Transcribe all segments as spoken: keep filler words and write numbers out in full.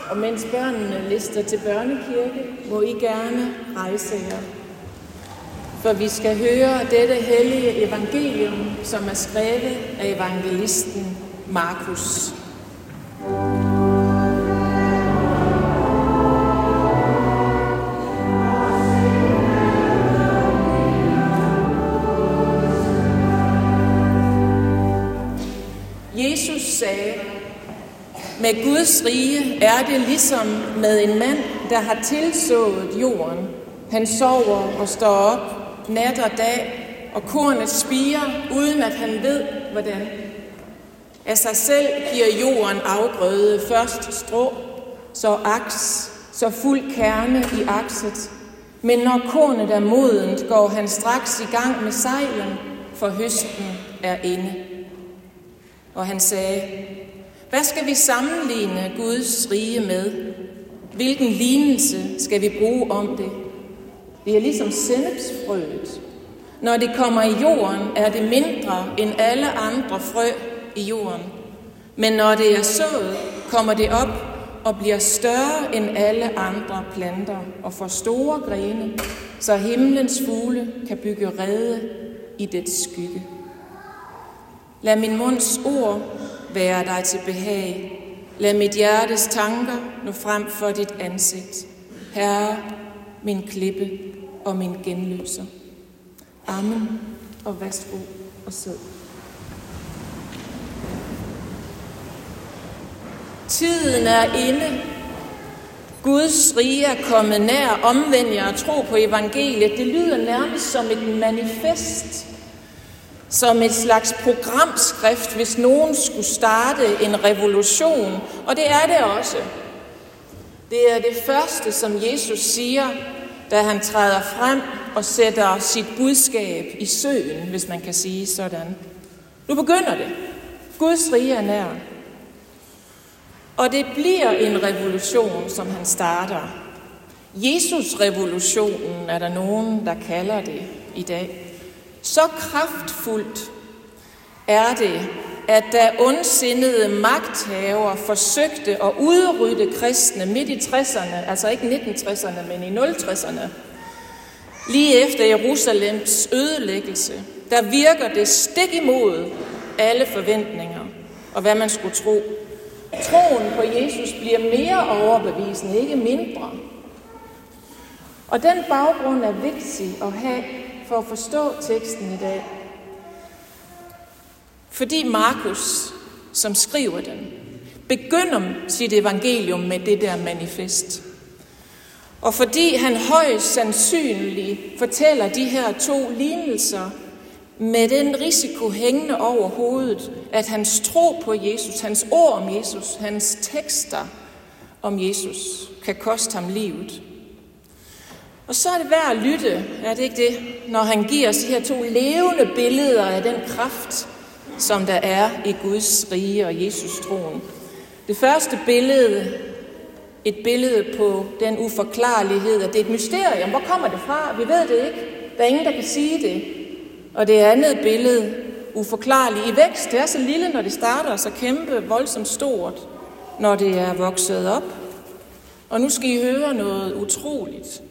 Og mens børnene lister til børnekirke, må I gerne rejse jer. For vi skal høre dette hellige evangelium, som er skrevet af evangelisten Markus. Jesus sagde, med Guds rige er det ligesom med en mand, der har tilsået jorden. Han sover og står op nat og dag, og kornet spirer, uden at han ved, hvordan. Af sig selv giver jorden afgrøde, først strå, så aks, så fuld kerne i akset. Men når kornet er modent, går han straks i gang med sejlen, for høsten er inde. Og han sagde, hvad skal vi sammenligne Guds rige med? Hvilken lignelse skal vi bruge om det? Det er ligesom sennepsfrøet. Når det kommer i jorden, er det mindre end alle andre frø i jorden. Men når det er sået, kommer det op og bliver større end alle andre planter og får store grene, så himlens fugle kan bygge rede i dets skygge. Lad min munds ord være dig til behag. Lad mit hjertes tanker nå frem for dit ansigt. Herre, min klippe og min genløser. Amen, og værsgo og sid. Tiden er inde. Guds rige er kommet nær. Omvend jer og tro på evangeliet. Det lyder nærmest som et manifest, som et slags programskrift, hvis nogen skulle starte en revolution. Og det er det også. Det er det første, som Jesus siger, da han træder frem og sætter sit budskab i søen, hvis man kan sige sådan. Nu begynder det. Guds rige er nær. Og det bliver en revolution, som han starter. Jesus-revolutionen er der nogen, der kalder det i dag. Så kraftfuldt er det, at da ondsindede magthavere forsøgte at udrydde kristne midt i tresserne, altså ikke nitten tresserne, men i nul tresserne, lige efter Jerusalems ødelæggelse, der virker det stik imod alle forventninger og hvad man skulle tro. Troen på Jesus bliver mere overbevisende, ikke mindre. Og den baggrund er vigtig at have for at forstå teksten i dag. Fordi Markus, som skriver den, begynder sit evangelium med det der manifest. Og fordi han højst sandsynligt fortæller de her to lignelser med den risiko hængende over hovedet, at hans tro på Jesus, hans ord om Jesus, hans tekster om Jesus, kan koste ham livet. Og så er det værd at lytte, er det ikke det, når han giver os de her to levende billeder af den kraft, som der er i Guds rige og Jesus troen. Det første billede, et billede på den uforklarlighed, at det er et mysterium. Hvor kommer det fra? Vi ved det ikke. Der er ingen, der kan sige det. Og det andet billede, uforklarligt i vækst. Det er så lille, når det starter, så kæmpe, voldsomt stort, når det er vokset op. Og nu skal I høre noget utroligt.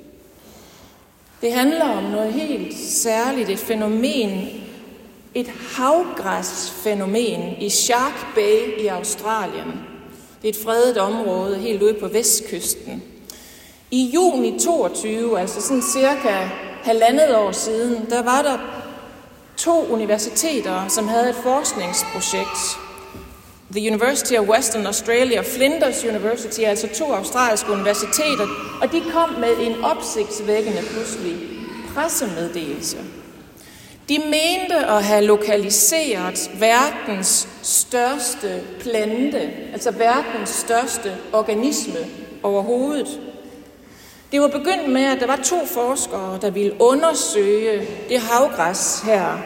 Det handler om noget helt særligt, et fænomen, et havgræsfænomen i Shark Bay i Australien. Det er et fredet område helt ude på vestkysten. I juni toogtyve, altså sådan cirka halvandet år siden, der var der to universiteter, som havde et forskningsprojekt. The University of Western Australia og Flinders University, altså to australske universiteter, og de kom med en opsigtsvækkende pludselig pressemeddelelse. De mente at have lokaliseret verdens største plante, altså verdens største organisme overhovedet. Det var begyndt med, at der var to forskere, der ville undersøge det havgræs her,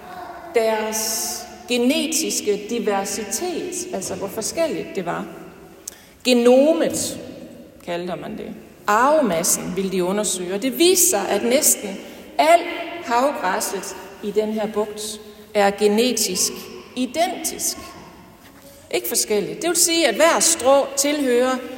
deres genetiske diversitet, altså hvor forskelligt det var. Genomet, kaldte man det. Arvemassen ville de undersøge, og det viste sig, at næsten alt havgræsset i den her bugt er genetisk identisk. Ikke forskelligt. Det vil sige, at hver strå tilhører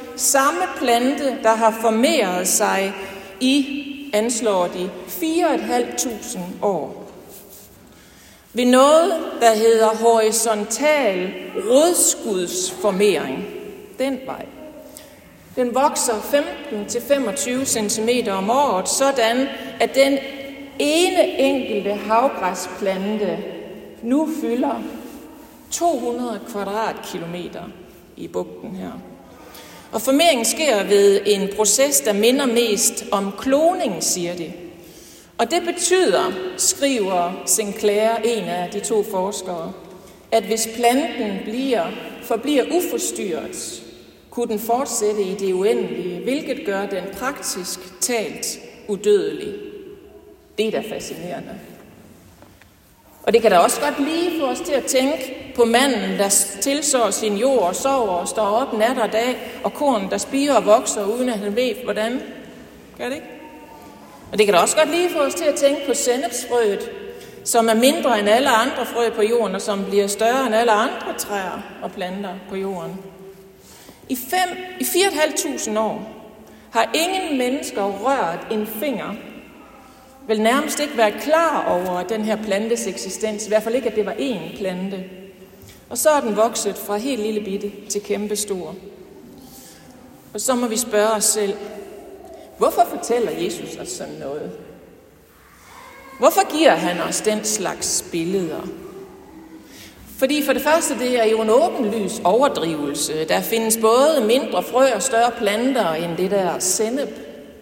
samme plante, der har formeret sig i, anslår de, fire tusind fem hundrede år. Ved noget, der hedder horisontal rodskudsformering. Den vej. Den vokser femten til femogtyve centimeter om året, sådan at den ene enkelte havgræsplante nu fylder to hundrede kvadratkilometer i bugten her. Og formeringen sker ved en proces, der minder mest om kloning, siger de. Og det betyder, skriver Sinclair, en af de to forskere, at hvis planten bliver, forbliver uforstyrret, kunne den fortsætte i det uendelige, hvilket gør den praktisk talt udødelig. Det er da fascinerende. Og det kan da også godt lige få os til at tænke på manden, der tilsår sin jord og sover og står op nat og dag, og korn, der spirer og vokser, uden at han ved, hvordan. Gør det ikke? Og det kan da også godt lige få os til at tænke på sennepsfrøet, som er mindre end alle andre frø på jorden, og som bliver større end alle andre træer og planter på jorden. I, fem, i fire tusind fem hundrede år har ingen mennesker rørt en finger, vil nærmest ikke være klar over den her plantes eksistens, i hvert fald ikke, at det var én plante. Og så er den vokset fra helt lille bitte til kæmpestor. Og så må vi spørge os selv, hvorfor fortæller Jesus os sådan noget? Hvorfor giver han os den slags billeder? Fordi for det første, det er jo en åbenlys overdrivelse. Der findes både mindre frø og større planter end det der sennep.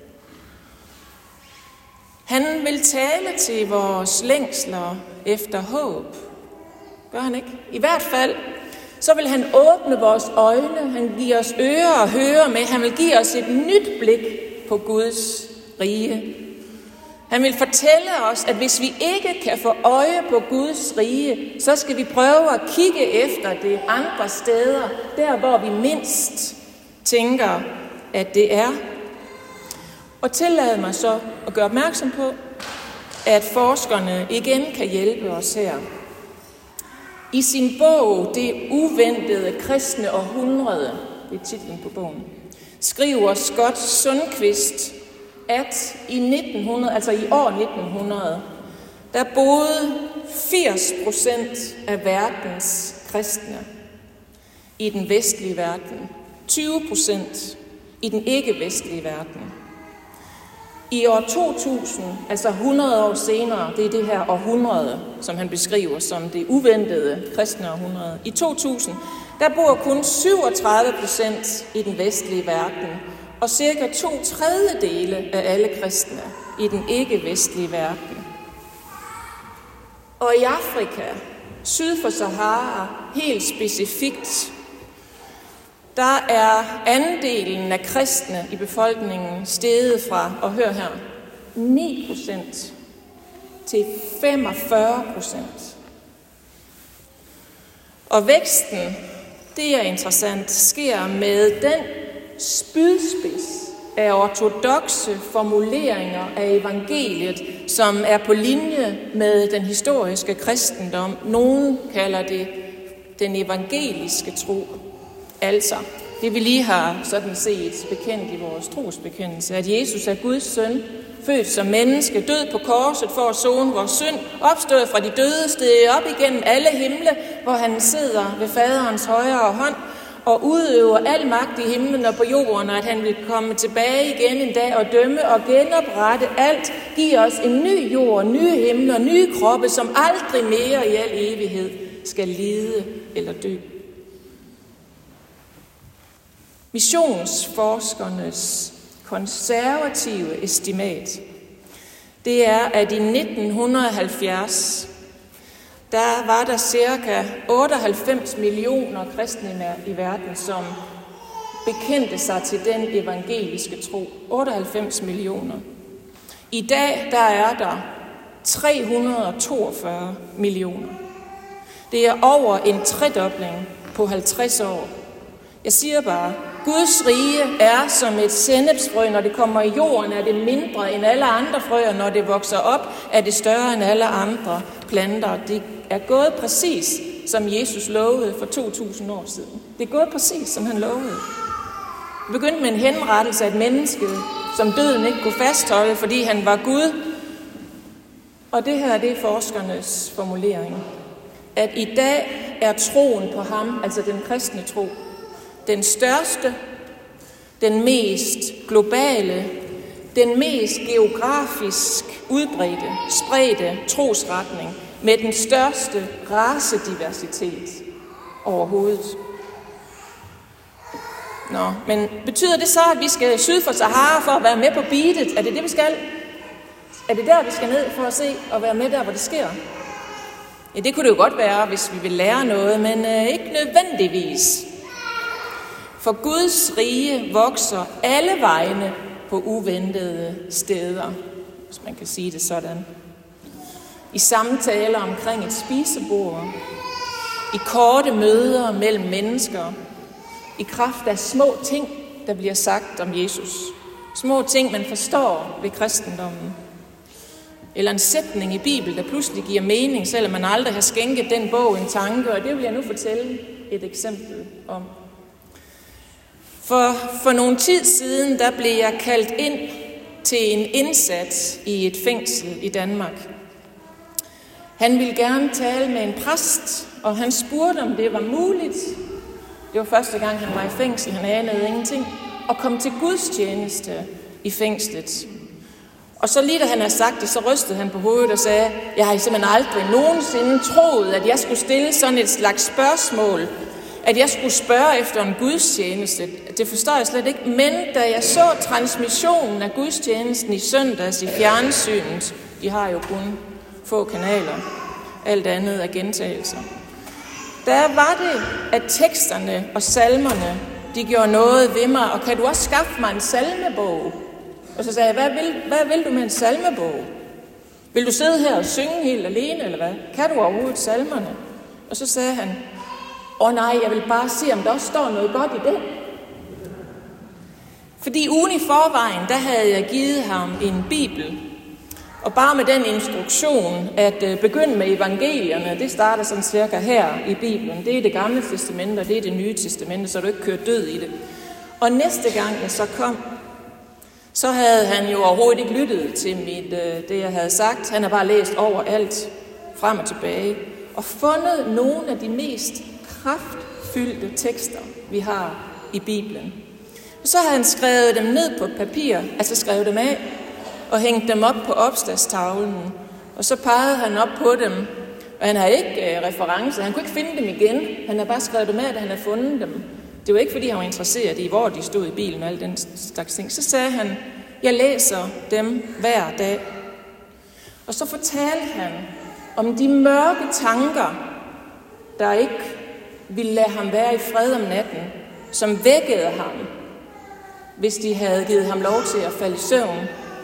Han vil tale til vores længsler efter håb. Gør han ikke? I hvert fald, så vil han åbne vores øjne. Han giver os ører at høre med. Han vil give os et nyt blik på Guds rige. Han vil fortælle os, at hvis vi ikke kan få øje på Guds rige, så skal vi prøve at kigge efter det andre steder, der hvor vi mindst tænker, at det er. Og tillad mig så at gøre opmærksom på, at forskerne igen kan hjælpe os her. I sin bog, Det uventede kristne århundrede, det er titlen på bogen, skriver Scott Sundquist, at i nitten hundrede, altså i år nitten hundrede, der boede firs procent af verdens kristne i den vestlige verden, tyve procent i den ikke-vestlige verden. I år to tusind, altså hundrede år senere, det er det her århundrede, som han beskriver som det uventede kristne århundrede. I to tusind, der bor kun syvogtredive procent i den vestlige verden, og cirka to tredjedele af alle kristne i den ikke-vestlige verden. Og i Afrika, syd for Sahara, helt specifikt, der er andelen af kristne i befolkningen steget fra, og hør her, ni procent til femogfyrre procent. Og væksten, det er interessant, sker med den spydspids af ortodokse formuleringer af evangeliet, som er på linje med den historiske kristendom. Nogen kalder det den evangeliske tro. Altså, det vi lige har sådan set bekendt i vores trosbekendelse, at Jesus er Guds søn, født som menneske, død på korset for at sone vores synd, opstået fra de døde, steget op igennem alle himle, hvor han sidder ved faderens højre hånd, og udøver al magt i himlen og på jorden, og at han vil komme tilbage igen en dag og dømme og genoprette alt, give os en ny jord, nye himler, nye kroppe, som aldrig mere i al evighed skal lide eller dø. Missionsforskernes konservative estimat, det er, at i nitten halvfjerds, der var der cirka otteoghalvfems millioner kristne i verden, som bekendte sig til den evangeliske tro. otteoghalvfems millioner. I dag, der er der tre hundrede og toogfyrre millioner. Det er over en tredobling på halvtreds år. Jeg siger bare, Guds rige er som et sennepsfrø. Når det kommer i jorden, er det mindre end alle andre frøer. Når det vokser op, er det større end alle andre planter. Det er gået præcis, som Jesus lovede for to tusind år siden. Det er gået præcis, som han lovede. Det begyndte med en henrettelse af et menneske, som døden ikke kunne fastholde, fordi han var Gud. Og det her, det er forskernes formulering. At i dag er troen på ham, altså den kristne tro, den største, den mest globale, den mest geografisk udbredte, spredte trosretning med den største racediversitet overhovedet. Nå, men betyder det så, at vi skal syd for Sahara for at være med på beatet? Er det det, vi skal? Er det der, vi skal ned for at se og være med der, hvor det sker? Ja, det kunne det jo godt være, hvis vi vil lære noget, men øh, ikke nødvendigvis. For Guds rige vokser alle vegne på uventede steder, hvis man kan sige det sådan. I samtaler omkring et spisebord, i korte møder mellem mennesker, i kraft af små ting, der bliver sagt om Jesus. Små ting, man forstår ved kristendommen. Eller en sætning i Bibelen, der pludselig giver mening, selvom man aldrig har skænket den bog en tanke, og det vil jeg nu fortælle et eksempel om. For, for nogle tid siden, der blev jeg kaldt ind til en indsat i et fængsel i Danmark. Han ville gerne tale med en præst, og han spurgte, om det var muligt. Det var første gang, han var i fængsel, han anede ingenting, og kom til gudstjeneste i fængslet. Og så lige da han havde sagt det, så rystede han på hovedet og sagde, jeg har simpelthen aldrig nogensinde troet, at jeg skulle stille sådan et slags spørgsmål, at jeg skulle spørge efter en gudstjeneste. Det forstår jeg slet ikke. Men da jeg så transmissionen af gudstjenesten i søndags i fjernsynet, de har jo kun få kanaler, alt andet er gentagelser, der var det, at teksterne og salmerne, de gjorde noget ved mig, og kan du også skaffe mig en salmebog? Og så sagde jeg, hvad vil, hvad vil du med en salmebog? Vil du sidde her og synge helt alene, eller hvad? Kan du overhovedet salmerne? Og så sagde han, åh nej, jeg vil bare se, om der også står noget godt i det. Fordi ugen i forvejen, der havde jeg givet ham en bibel, og bare med den instruktion, at begynde med evangelierne, det starter sådan cirka her i Bibelen. Det er det gamle testamente, og det er det nye testamente, så du ikke kører død i det. Og næste gang jeg så kom, så havde han jo overhovedet ikke lyttet til mit, det, jeg havde sagt. Han har bare læst over alt, frem og tilbage, og fundet nogle af de mest kraftfyldte tekster, vi har i Bibelen. Og så havde han skrevet dem ned på papir, altså skrevet dem af, og hængte dem op på opslagstavlen. Og så pegede han op på dem, og han havde ikke øh, referencer, han kunne ikke finde dem igen. Han havde bare skrevet dem af, da han havde fundet dem. Det var ikke, fordi han var interesseret i, hvor de stod i bilen og alle den slags ting. Så sagde han, jeg læser dem hver dag. Og så fortalte han om de mørke tanker, der ikke ville lade ham være i fred om natten, som vækkede ham, hvis de havde givet ham lov til at falde i søvn.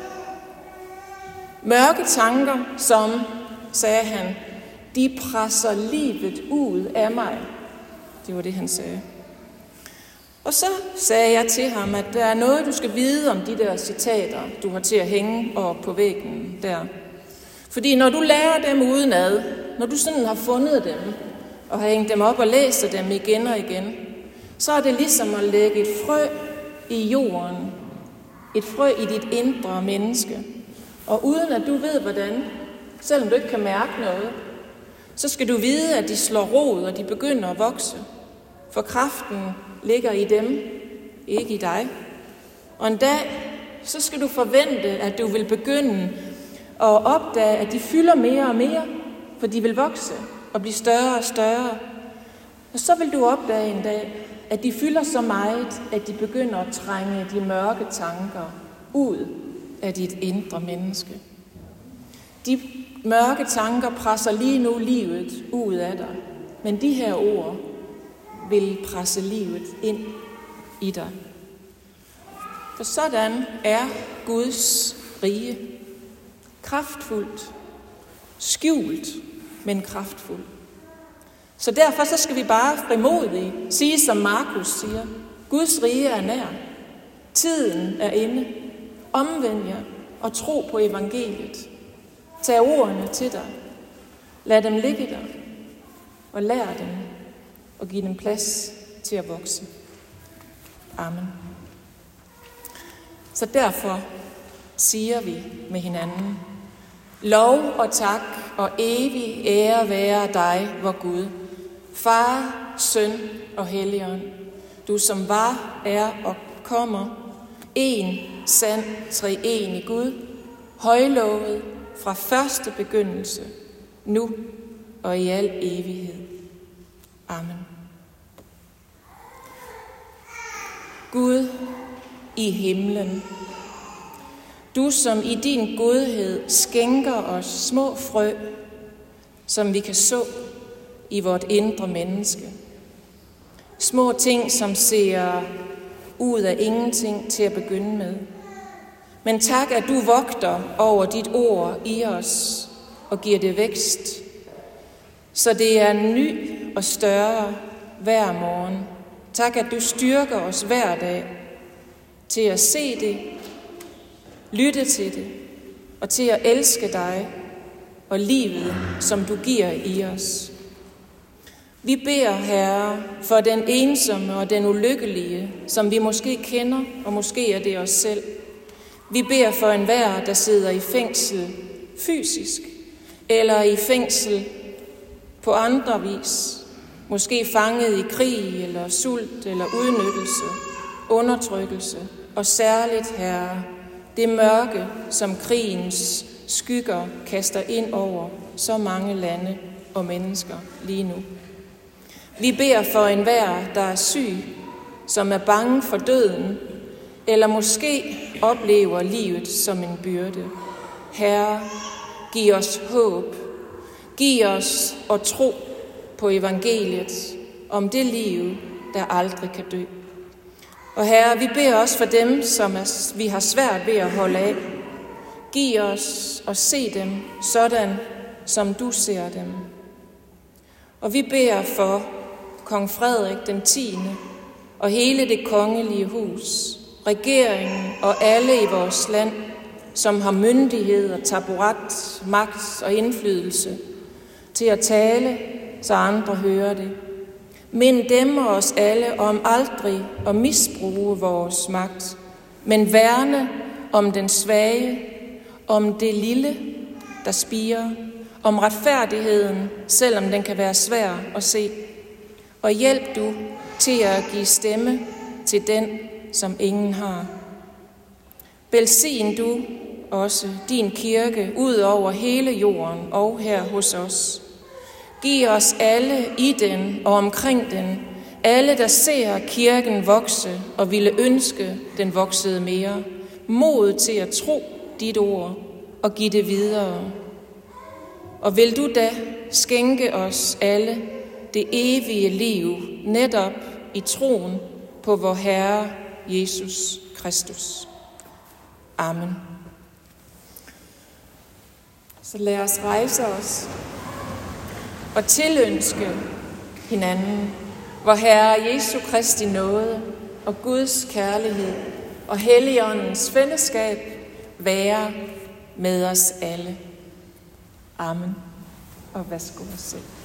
Mørke tanker, som, sagde han, de presser livet ud af mig. Det var det, han sagde. Og så sagde jeg til ham, at der er noget, du skal vide om de der citater, du har til at hænge op på væggen der. Fordi når du lærer dem udenad, når du sådan har fundet dem, og har hængt dem op og læser dem igen og igen, så er det ligesom at lægge et frø i jorden. Et frø i dit indre menneske. Og uden at du ved hvordan, selvom du ikke kan mærke noget, så skal du vide, at de slår rod, og de begynder at vokse. For kraften ligger i dem, ikke i dig. Og en dag, så skal du forvente, at du vil begynde at opdage, at de fylder mere og mere, for de vil vokse og blive større og større. Og så vil du opdage en dag, at de fylder så meget, at de begynder at trænge de mørke tanker ud af dit indre menneske. De mørke tanker presser lige nu livet ud af dig, men de her ord vil presse livet ind i dig. For sådan er Guds rige. Kraftfuldt, skjult, men kraftfuldt. Så derfor så skal vi bare frimodigt sige, som Markus siger, Guds rige er nær. Tiden er inde. Omvend jer og tro på evangeliet. Tag ordene til dig. Lad dem ligge der. Og lær dem og give dem plads til at vokse. Amen. Så derfor siger vi med hinanden: lov og tak og evig ære være dig, vor Gud, Far, Søn og Helligånd, du som var, er og kommer, en sand treenig Gud, højlovet fra første begyndelse, nu og i al evighed. Amen. Gud i himlen, du som i din godhed skænker os små frø, som vi kan så i vort indre menneske. Små ting, som ser ud af ingenting til at begynde med. Men tak, at du vogter over dit ord i os og giver det vækst, så det er ny og større hver morgen. Tak, at du styrker os hver dag til at se det, lytte til det og til at elske dig og livet, som du giver i os. Vi beder, Herre, for den ensomme og den ulykkelige, som vi måske kender, og måske er det os selv. Vi beder for enhver, der sidder i fængsel fysisk, eller i fængsel på andre vis. Måske fanget i krig, eller sult, eller udnyttelse, undertrykkelse, og særligt, Herre, det mørke, som krigens skygger kaster ind over så mange lande og mennesker lige nu. Vi beder for enhver, der er syg, som er bange for døden, eller måske oplever livet som en byrde. Herre, giv os håb. Giv os at tro på evangeliet om det liv, der aldrig kan dø. Og Herre, vi beder også for dem, som er, vi har svært ved at holde af. Giv os at se dem sådan, som du ser dem. Og vi beder for kong Frederik den tiende og hele det kongelige hus, regeringen og alle i vores land, som har myndighed og taburet, magt og indflydelse til at tale, så andre hører det. Mind dem og os alle om aldrig at misbruge vores magt, men værne om den svage, om det lille, der spirer, om retfærdigheden, selvom den kan være svær at se. Og hjælp du til at give stemme til den, som ingen har. Velsign du også din kirke ud over hele jorden og her hos os. Giv os alle i den og omkring den, alle der ser kirken vokse og ville ønske den voksede mere, mod til at tro dit ord og give det videre. Og vil du da skænke os alle det evige liv, netop i troen på vor Herre Jesus Kristus. Amen. Så lad os rejse os og tilønske hinanden, vor Herre Jesu Kristi nåde og Guds kærlighed og Helligåndens fællesskab være med os alle. Amen. Og værsgo og selv.